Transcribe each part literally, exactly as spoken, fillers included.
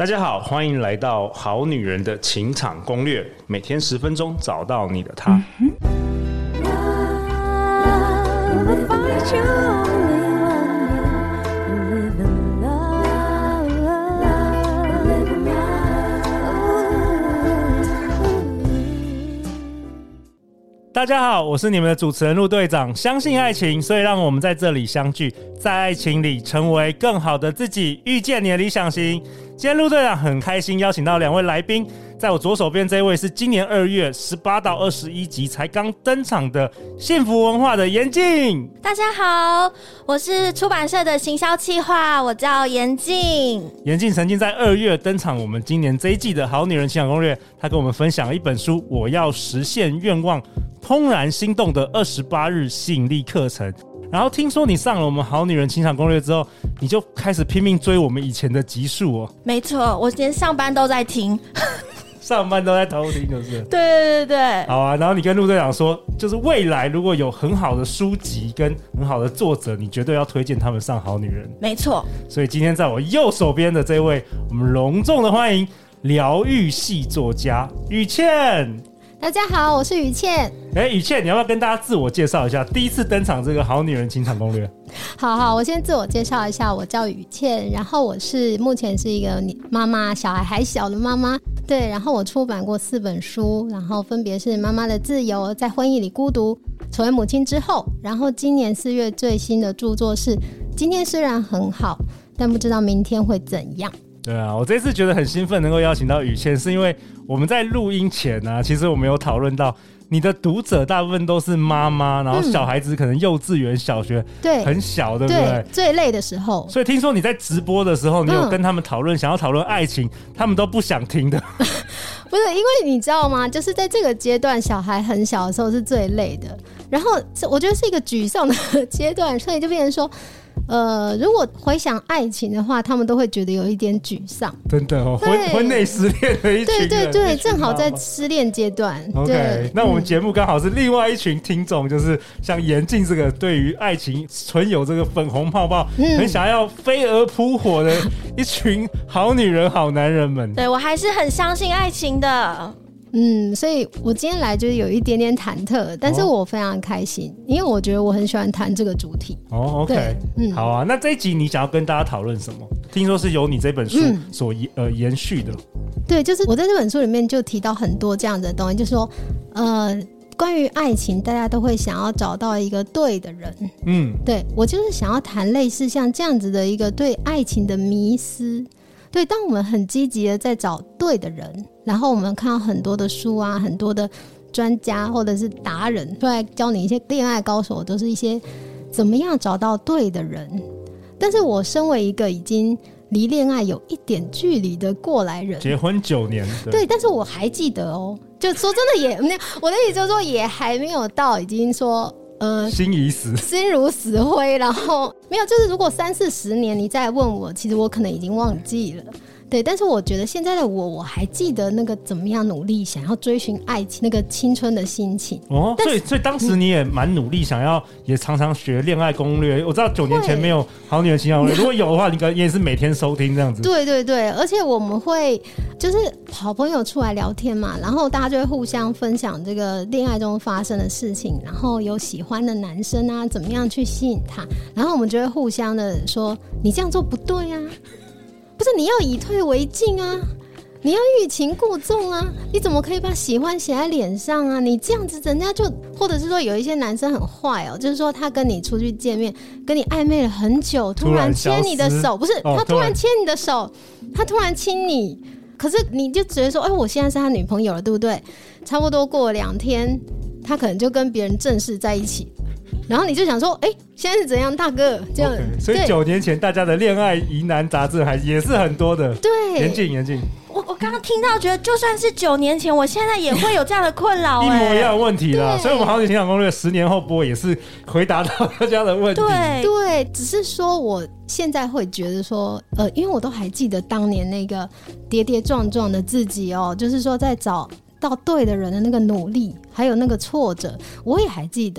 大家好，欢迎来到《好女人的情场攻略》，每天十分钟，找到你的他。嗯大家好，我是你们的主持人陆队长。相信爱情，所以让我们在这里相聚，在爱情里成为更好的自己，遇见你的理想型。今天陆队长很开心邀请到两位来宾，在我左手边这一位是今年二月十八到二十一集才刚登场的幸福文化的严静。 大家好，我是出版社的行销企划，我叫严静。 严静曾经在二月登场我们今年这一季的好女人情感攻略，她跟我们分享了一本书《我要实现愿望怦然心动的二十八日吸引力课程》。然后听说你上了我们好女人情场攻略之后，你就开始拼命追我们以前的集数哦。 没错，我今天上班都在听上班都在偷听就是对对对对， 好啊。然后你跟陆队长说，就是未来如果有很好的书籍跟很好的作者，你绝对要推荐他们上好女人。 没错， 所以今天在我右手边的这位，我们隆重的欢迎疗愈系作家雨倩。 大家好，我是雨倩。 哎，雨倩，你要不要跟大家自我介绍一下？第一次登场这个好女人情场攻略。 好好，我先自我介绍一下，我叫雨倩，然后我是目前是一个妈妈，小孩还小的妈妈。对，然后我出版过四本书，然后分别是《妈妈的自由》、《在婚姻里孤独》、《成为母亲之后》，然后今年四月最新的著作是《今天虽然很好，但不知道明天会怎样》。 对啊，我这次觉得很兴奋能够邀请到雨倩，是因为我们在录音前啊，其实我们有讨论到你的读者大部分都是妈妈，然后小孩子可能幼稚园、小学，对，很小，对不对？ 对，最累的时候。 所以听说你在直播的时候，你有跟他们讨论、嗯，想要讨论爱情，他们都不想听的。 不是，因为你知道吗？就是在这个阶段，小孩很小的时候是最累的，然后我觉得是一个沮丧的阶段，所以就变成说。呃，如果回想爱情的话，他们都会觉得有一点沮丧。 真的哦，婚婚内失恋的一群人， 对对对，正好在失恋阶段。 OK， 那我们节目刚好是另外一群听众，就是像严静这个对于爱情存有这个粉红泡泡，嗯、很想要飞蛾扑火的一群好女人、好男人们。 对，我还是很相信爱情的。 嗯，所以我今天来就是有一点点忐忑，但是我非常开心，哦、因为我觉得我很喜欢谈这个主题。 哦 ，OK， 嗯，好啊。那这一集你想要跟大家讨论什么？听说是由你这本书所、嗯、呃延续的。 对，就是我在这本书里面就提到很多这样的东西，就是说，呃，关于爱情，大家都会想要找到一个对的人。嗯，对我就是想要谈类似像这样子的一个对爱情的迷思。对，当我们很积极的在找对的人，然后我们看到很多的书啊，很多的专家或者是达人出来教你一些恋爱高手，都是一些怎么样找到对的人。但是我身为一个已经离恋爱有一点距离的过来人， 结婚九年， 对, 对，但是我还记得哦，就说真的也，我的意思就是说也还没有到已经说呃，心已死， 心如死灰，然后没有，就是如果三四十年你再问我，其实我可能已经忘记了。对，但是我觉得现在的我，我还记得那个怎么样努力想要追寻爱情，那个青春的心情。 哦，所以所以当时你也蛮努力，想要也常常学恋爱攻略。我知道九年前没有好女人情感攻略，如果有的话，你可能也是每天收听这样子。 对对对，而且我们会就是好朋友出来聊天嘛，然后大家就会互相分享这个恋爱中发生的事情，然后有喜欢的男生啊，怎么样去吸引他，然后我们就会互相的说，你这样做不对啊。不是，你要以退为进啊，你要欲擒故纵啊，你怎么可以把喜欢写在脸上啊？你这样子人家就，或者是说有一些男生很坏哦，就是说他跟你出去见面，跟你暧昧了很久，突然牵你的手，不是、哦、他突然牵你的手，他突然亲你，可是你就觉得说，哎，我现在是他女朋友了，对不对？差不多过了两天，他可能就跟别人正式在一起。然后你就想说，哎、欸，现在是怎样，大哥？这样， okay, 所以九年前大家的恋爱疑难杂症还也是很多的。 对， 严谨严谨。 我我刚刚听到，觉得就算是九年前，我现在也会有这样的困扰、欸， 一模一样的问题啦。所以，我们好女人情感攻略十年后播也是回答到大家的问题。 对对，只是说我现在会觉得说，呃，因为我都还记得当年那个跌跌撞撞的自己哦，就是说在找到对的人的那个努力，还有那个挫折，我也还记得。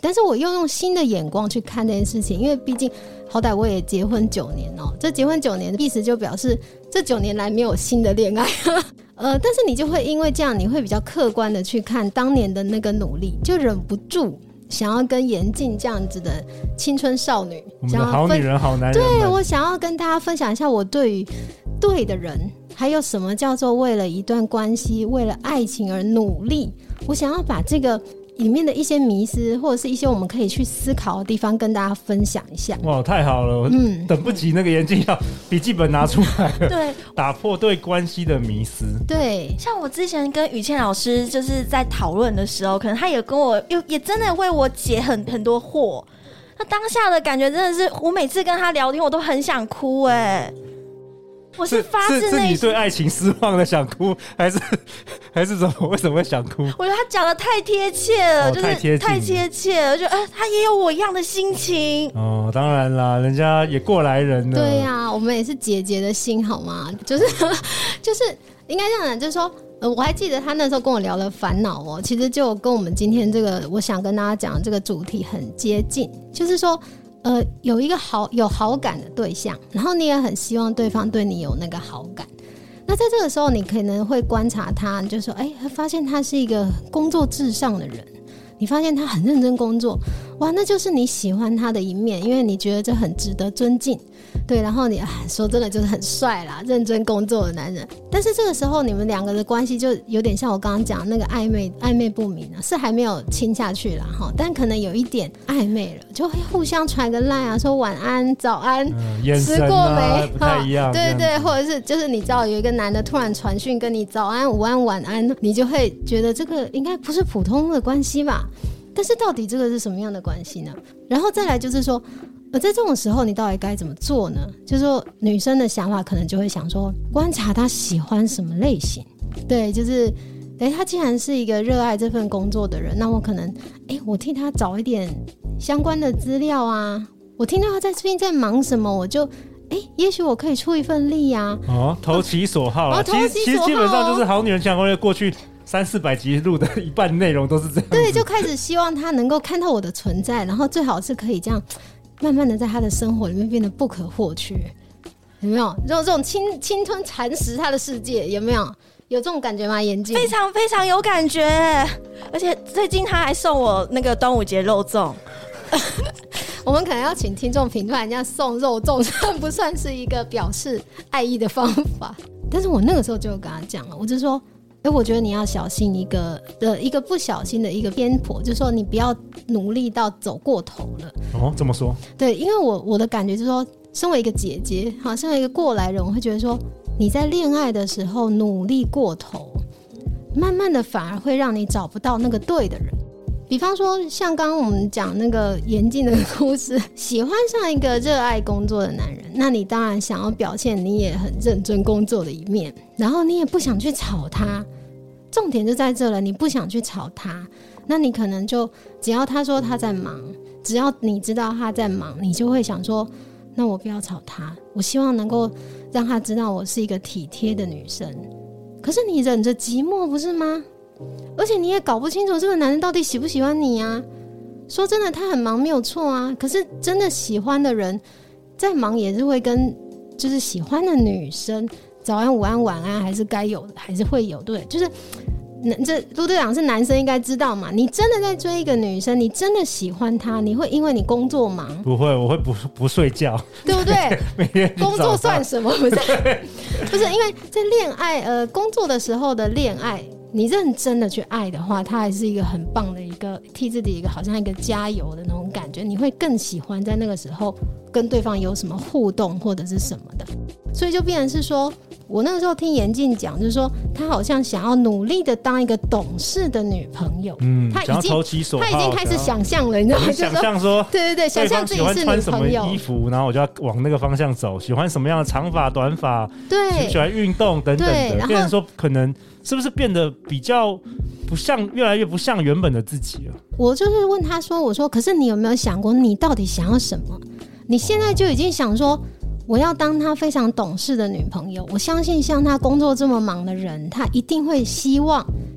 但是我又用新的眼光去看这件事情，因为毕竟好歹我也结婚九年哦、喔，这结婚九年的意思就表示这九年来没有新的恋爱呃，但是你就会因为这样，你会比较客观的去看当年的那个努力，就忍不住想要跟严静这样子的青春少女， 我们的好女人好男人， 对，我想要跟大家分享一下我对于对的人，还有什么叫做为了一段关系，为了爱情而努力。我想要把这个里面的一些迷思，或者是一些我们可以去思考的地方跟大家分享一下。 哇，太好了，我等不及那个严静要笔记本拿出来了。 对， 打破对关系的迷思。 对， 像我之前跟雨倩老师就是在讨论的时候，可能他也跟我又也真的为我解很很多惑。那当下的感觉真的是，我每次跟他聊天，我都很想哭哎、欸。我是发自内心， 是你对爱情失望的想哭，还是还是怎么？为什么会想哭？ 我觉得他讲的太贴切了， 哦、 就是太贴切了，就呃，他也有我一样的心情。 哦，当然啦，人家也过来人了。 对呀、啊，我们也是姐姐的心，好吗？就是就是应该这样讲，就是说。呃，我还记得他那时候跟我聊了烦恼哦，其实就跟我们今天这个我想跟大家讲的这个主题很接近，就是说，呃，有一个好有好感的对象，然后你也很希望对方对你有那个好感。那在这个时候，你可能会观察他，你就说，哎，发现他是一个工作至上的人，你发现他很认真工作，哇，那就是你喜欢他的一面，因为你觉得这很值得尊敬。对，然后你说真的就是很帅啦，认真工作的男人。但是这个时候你们两个的关系就有点像我刚刚讲那个暧昧暧昧不明啊，是还没有亲下去啦哈，但可能有一点暧昧了，就会互相传个 line 啊，说晚安早安、 嗯、眼神啊吃过没不太一样， 对对对，或者是就是你知道有一个男的突然传讯跟你早安午安晚安，你就会觉得这个应该不是普通的关系吧。但是到底这个是什么样的关系呢？然后再来就是说而在这种时候你到底该怎么做呢？就是说女生的想法可能就会想说，观察她喜欢什么类型。对，就是哎，他既然是一个热爱这份工作的人，那我可能哎，我替他找一点相关的资料啊，我听到他在最近在忙什么，我就哎，也许我可以出一份力啊。 哦，投其所好啦、 哦、投其所好、哦、 其实其实基本上就是好女人强攻略过去三四百集录的一半内容都是这样。 对，就开始希望他能够看到我的存在，然后最好是可以这样慢慢的在他的生活里面变得不可或缺，有没有？这种侵侵吞蚕食他的世界，有没有？有这种感觉吗？眼镜非常非常有感觉，而且最近他还送我那个端午节肉粽。 我们可能要请听众评断，人家送肉粽算不算是一个表示爱意的方法？但是我那个时候就有跟他讲了，我就说，哎，我觉得你要小心一个的一个不小心的一个偏颇，就是说你不要努力到走过头了。 哦，怎么说？ 对，因为我我的感觉就是说，身为一个姐姐，好，身为一个过来人，我会觉得说，你在恋爱的时候努力过头，慢慢的反而会让你找不到那个对的人。比方说像刚刚我们讲那个严禁的故事，喜欢上一个热爱工作的男人，那你当然想要表现你也很认真工作的一面，然后你也不想去吵他，重点就在这了，你不想去吵他，那你可能就只要他说他在忙，只要你知道他在忙，你就会想说，那我不要吵他，我希望能够让他知道我是一个体贴的女生。可是你忍着寂寞不是吗？而且你也搞不清楚这个男人到底喜不喜欢你啊。说真的，他很忙没有错啊，可是真的喜欢的人再忙也是会跟就是喜欢的女生早安午安晚安还是该有的，还是会有。对，就是这陆队长是男生应该知道嘛，你真的在追一个女生，你真的喜欢她，你会因为你工作忙不会，我会 不, 不睡觉， 对不对？ 每天工作算什么？不是不是，因为在恋爱呃工作的时候的恋爱，你认真的去爱的话，它还是一个很棒的一个替自己一个好像一个加油的那种感觉，你会更喜欢在那个时候跟对方有什么互动或者是什么的。所以就变成是说，我那个时候听严静讲，就是说她好像想要努力的当一个懂事的女朋友， 嗯， 她已经投其所好， 她已经开始想象了，你知道吗？ 想象说， 对对对，想象自己是女朋友， 喜欢穿什么衣服，然后我就要往那个方向走，喜欢什么样的长发、短发， 对， 喜欢运动等等的， 然后变成说可能是不是变得比较不像，越来越不像原本的自己了？ 我就是问他说，我说，可是你有没有想过，你到底想要什么？你现在就已经想说，我要当他非常懂事的女朋友。我相信像他工作这么忙的人，他一定会希望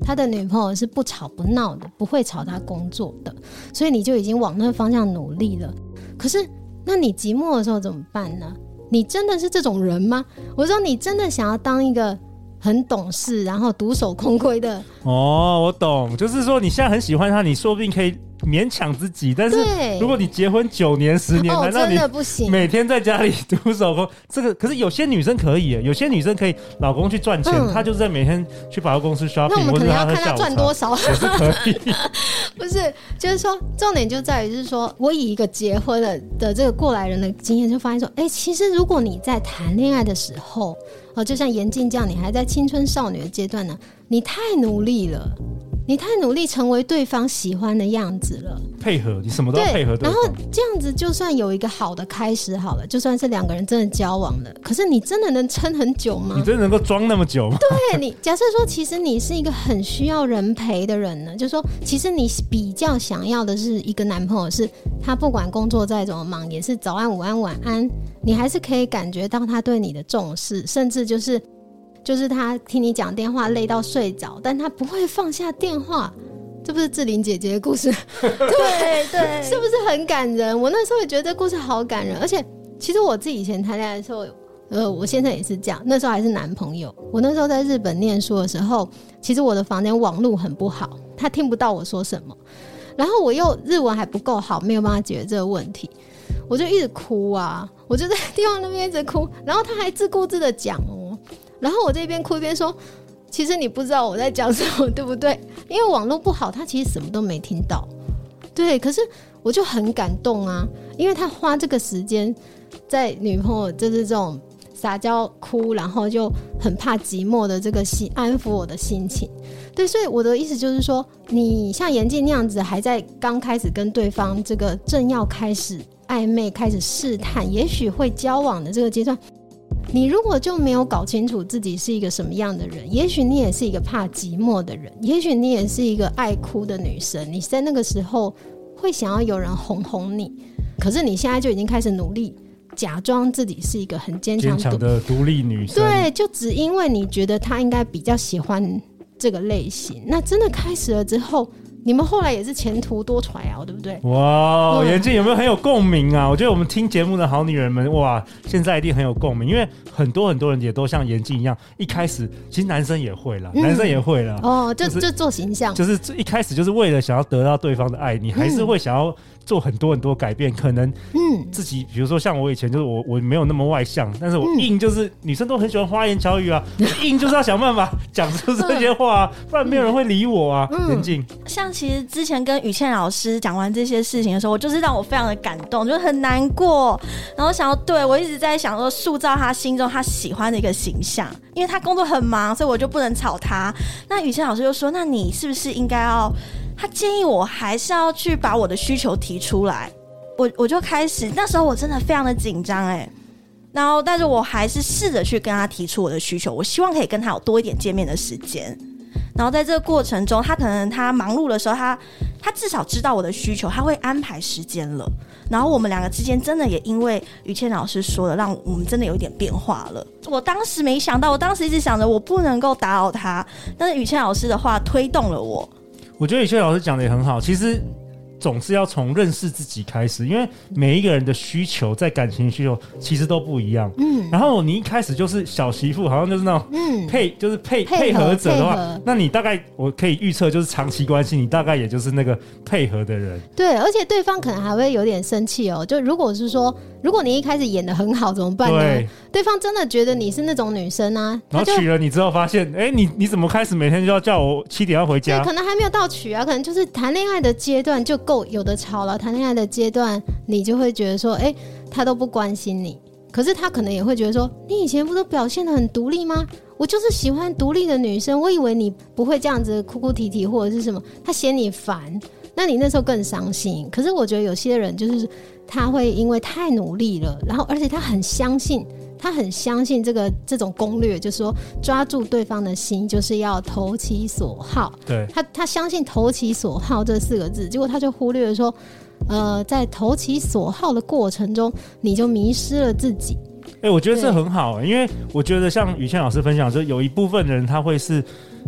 他的女朋友是不吵不闹的，不会吵他工作的，所以你就已经往那个方向努力了。可是那你寂寞的时候怎么办呢？你真的是这种人吗？我说你真的想要当一个很懂事然后独守空闺的？ 哦，我懂，就是说你现在很喜欢他，你说不定可以勉强自己，但是如果你结婚九年十年， 哦， 难道你真的不行， 每天在家里独守空？这个可是有些女生可以耶，有些女生可以老公去赚钱，嗯、她就是在每天去百货公司 shopping， 那我们可能要看她赚多少， 也是可以。 不是，就是说重点就在于是说，我以一个结婚了的这个过来人的经验，就发现说，哎、欸，其实如果你在谈恋爱的时候，哦，就像严静这样，你还在青春少女的阶段呢，你太努力了。你太努力成为对方喜欢的样子了， 配合你什么都要配合对方， 然后这样子就算有一个好的开始好了，就算是两个人真的交往了，可是你真的能撑很久吗？ 你真的能够装那么久吗？ 对，你假设说其实你是一个很需要人陪的人呢，就是说其实你比较想要的是一个男朋友，是他不管工作再怎么忙，也是早安午安晚安，你还是可以感觉到他对你的重视，甚至就是就是他听你讲电话累到睡着，但他不会放下电话，这不是志玲姐姐的故事？ 对对， 是不是很感人？我那时候也觉得这故事好感人，而且其实我自己以前谈恋爱的时候，呃，我先生也是这样，那时候还是男朋友。我那时候在日本念书的时候，其实我的房间网路很不好，他听不到我说什么，然后我又日文还不够好，没有办法解决这个问题，我就一直哭啊，我就在电话那边一直哭，然后他还自顾自的讲哦。然后我这边哭一边说，其实你不知道我在讲什么，对不对？因为网络不好，他其实什么都没听到。对，可是我就很感动啊，因为他花这个时间在女朋友就是这种撒娇哭，然后就很怕寂寞的这个心，安抚我的心情。对，所以我的意思就是说，你像严静那样子，还在刚开始跟对方这个正要开始暧昧、开始试探，也许会交往的这个阶段，你如果就没有搞清楚自己是一个什么样的人，也许你也是一个怕寂寞的人，也许你也是一个爱哭的女生，你在那个时候会想要有人哄哄你，可是你现在就已经开始努力假装自己是一个很坚强坚强的独立女生， 对，就只因为你觉得他应该比较喜欢这个类型，那真的开始了之后，你们后来也是前途多舛啊，对不对？ 哇，严静有没有很有共鸣啊？我觉得我们听节目的好女人们，哇，现在一定很有共鸣，因为很多很多人也都像严静一样，一开始其实男生也会啦，嗯、男生也会啦， 哦，就、 就是、 就做形象， 就是一开始就是为了想要得到对方的爱，你还是会想要做很多很多改变，可能嗯自己，比如说像我以前就是我我没有那么外向，但是我硬就是、嗯、女生都很喜欢花言巧语啊，硬就是要想办法讲出这些话啊，不然没有人会理我啊。严静、嗯， 像其实之前跟宇倩老师讲完这些事情的时候，我就是让我非常的感动，就是很难过，然后想要对我一直在想说塑造他心中他喜欢的一个形象，因为他工作很忙，所以我就不能吵他。那宇倩老师就说，那你是不是应该要，他建议我还是要去把我的需求提出来。我我就开始，那时候我真的非常的紧张哎，然后但是我还是试着去跟他提出我的需求，我希望可以跟他有多一点见面的时间。然后在这个过程中，他可能他忙碌的时候，他他至少知道我的需求，他会安排时间了。然后我们两个之间真的也因为宇倩老师说的，让我们真的有一点变化了。我当时没想到，我当时一直想着我不能够打扰他，但是宇倩老师的话推动了我。 我觉得宇倩老师讲的也很好，其实总是要从认识自己开始，因为每一个人的需求在感情需求其实都不一样。嗯，然后你一开始就是小媳妇，好像就是那种嗯配就是配配合者的话，那你大概我可以预测就是长期关系，你大概也就是那个配合的人。 对，而且对方可能还会有点生气哦。就如果是说，如果你一开始演得很好怎么办呢？对，对方真的觉得你是那种女生啊， 然后娶了你之后发现，哎，你你怎么开始每天就要叫我七点要回家？ 对，可能还没有到娶啊，可能就是谈恋爱的阶段就够有的吵了。谈恋爱的阶段，你就会觉得说，哎，他都不关心你。可是他可能也会觉得说，你以前不都表现得很独立吗？我就是喜欢独立的女生，我以为你不会这样子哭哭啼啼或者是什么，他嫌你烦，那你那时候更伤心。可是我觉得有些人就是他会因为太努力了，然后而且他很相信。他很相信这个这种攻略，就是说抓住对方的心，就是要投其所好。 对， 他他相信投其所好这四个字，结果他就忽略了说，呃，在投其所好的过程中，你就迷失了自己。 哎、欸，我觉得这很好、欸，因为我觉得像宇倩老师分享，就有一部分人他会是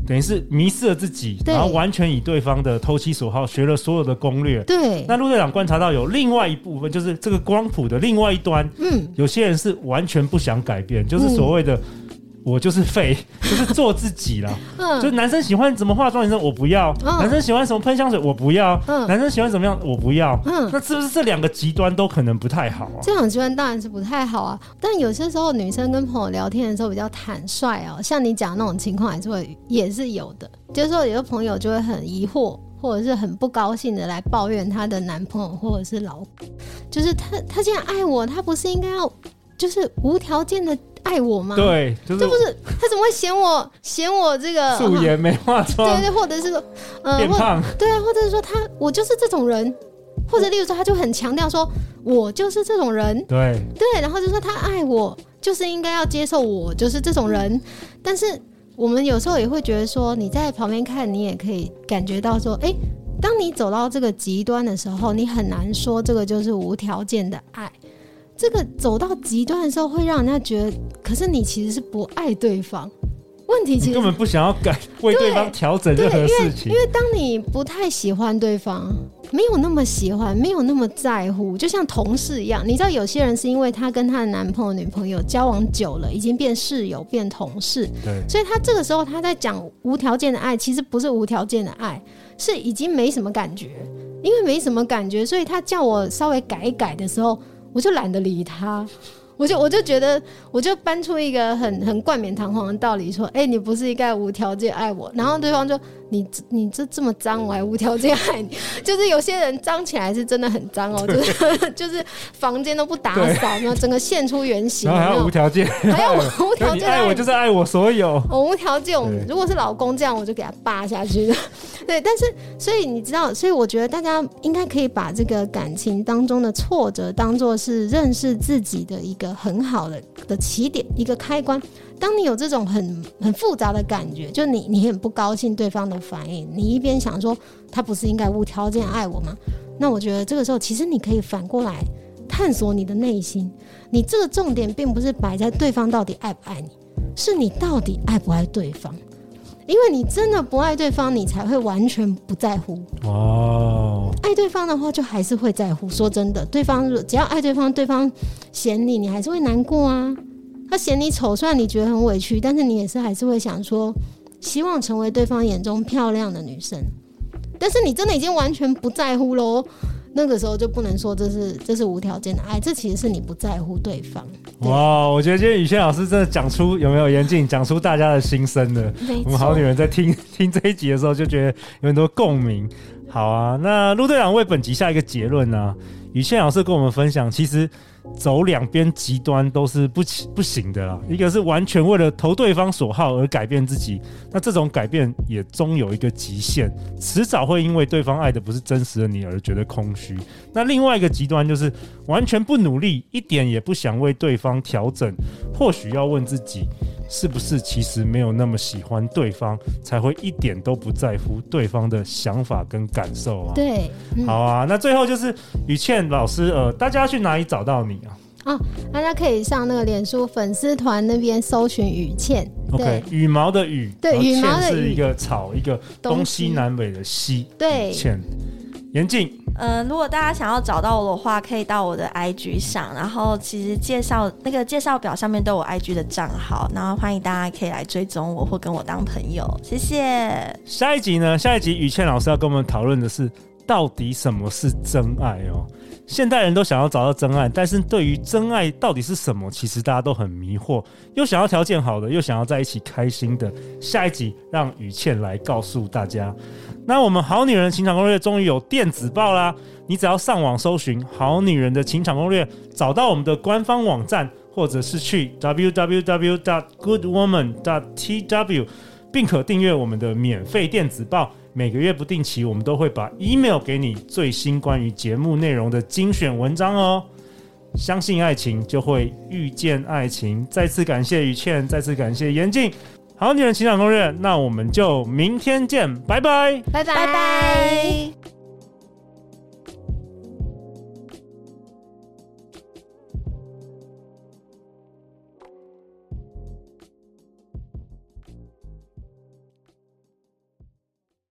等于是迷失了自己，然后完全以对方的投其所好，学了所有的攻略。 对， 那陆队长观察到有另外一部分，就是这个光谱的另外一端，嗯，有些人是完全不想改变，就是所谓的、嗯。我就是废，就是做自己啦。嗯，就是男生喜欢怎么化妆，女生我不要；嗯、男生喜欢什么喷香水，我不要；嗯、男生喜欢怎么样，我不要。嗯，那是不是这两个极端都可能不太好啊？ 这两个极端当然是不太好啊。但有些时候女生跟朋友聊天的时候比较坦率哦，像你讲的那种情况还是会也是有的。就是说，有的朋友就会很疑惑，或者是很不高兴的来抱怨她的男朋友或者是老公，就是他他既然爱我，他不是应该要就是无条件的爱我吗？ 对，就是这不是他怎么会嫌我嫌我这个素颜没化妆？ 对对，或者是说呃变胖， 对啊，或者是说他我就是这种人，或者例如说他就很强调说我就是这种人， 对对，然后就说他爱我就是应该要接受我就是这种人，但是我们有时候也会觉得说你在旁边看，你也可以感觉到说，哎，当你走到这个极端的时候，你很难说这个就是无条件的爱。这个走到极端的时候会让人家觉得，可是你其实是不爱对方，问题其实你根本不想要改为对方调整任何事情。 因为当你不太喜欢对方，没有那么喜欢，没有那么在乎，就像同事一样，你知道有些人是因为他跟他的男朋友女朋友交往久了，已经变室友变同事， 对， 所以他这个时候他在讲无条件的爱，其实不是无条件的爱，是已经没什么感觉。因为没什么感觉，所以他叫我稍微改一改的时候，我就懒得理他，我就我就觉得，我就搬出一个很很冠冕堂皇的道理，说，哎、欸，你不是应该无条件爱我？然后对方就，你你这这么脏，我还无条件爱你？就是有些人脏起来是真的很脏哦，就是就是房间都不打扫，然后整个现出原形， 然后还要无条件， 还要无条件爱我就是爱我所有， 我无条件。如果是老公这样，我就给他扒下去的。对，但是所以你知道，所以我觉得大家应该可以把这个感情当中的挫折当作是认识自己的一个很好的的起点，一个开关。当你有这种很很复杂的感觉，就你你很不高兴对方的反应，你一边想说他不是应该无条件爱我吗？那我觉得这个时候其实你可以反过来探索你的内心，你这个重点并不是摆在对方到底爱不爱你，是你到底爱不爱对方。因为你真的不爱对方，你才会完全不在乎。哦，爱对方的话，就还是会在乎。说真的，对方只要爱对方，对方嫌你，你还是会难过啊。他嫌你丑，虽然你觉得很委屈，但是你也是还是会想说，希望成为对方眼中漂亮的女生。但是你真的已经完全不在乎咯，那个时候就不能说这是这是无条件的爱，这其实是你不在乎对方。 哇，我觉得今天宇倩老师真的讲出，有没有严谨讲出大家的心声了。我们好女人在听听这一集的时候就觉得有很多共鸣。好啊，那陆队长为本集下一个结论呢、啊？宇倩老师跟我们分享，其实走两边极端都是不不行的啦。一个是完全为了投对方所好而改变自己，那这种改变也终有一个极限，迟早会因为对方爱的不是真实的你而觉得空虚。那另外一个极端就是完全不努力，一点也不想为对方调整。或许要问自己，是不是其实没有那么喜欢对方，才会一点都不在乎对方的想法跟感受啊？ 对， 嗯、好啊。那最后就是宇倩老师，呃，大家要去哪里找到你啊？ 哦，大家可以上那个脸书粉丝团那边搜寻宇倩。 OK， 羽毛的羽， 对，羽毛的羽是一个草，一个东西南北的西。 对， 倩，严静。 呃，如果大家想要找到我的话，可以到我的 I G 上，然后其实介绍那个介绍表上面都有 I G 的账号，然后欢迎大家可以来追踪我或跟我当朋友，谢谢。 下一集呢？下一集宇倩老师要跟我们讨论的是，到底什么是真爱哦？现代人都想要找到真爱，但是对于真爱到底是什么，其实大家都很迷惑，又想要条件好的，又想要在一起开心的。下一集让宇倩来告诉大家。那我们好女人情场攻略终于有电子报啦，你只要上网搜寻好女人的情场攻略，找到我们的官方网站，或者是去 double-u double-u double-u dot good woman dot t w， 并可订阅我们的免费电子报。每个月不定期，我们都会把 email 给你最新关于节目内容的精选文章哦。相信爱情，就会遇见爱情。再次感谢宇倩，再次感谢严静。好女人情场攻略，那我们就明天见，拜拜， 拜拜。 拜拜。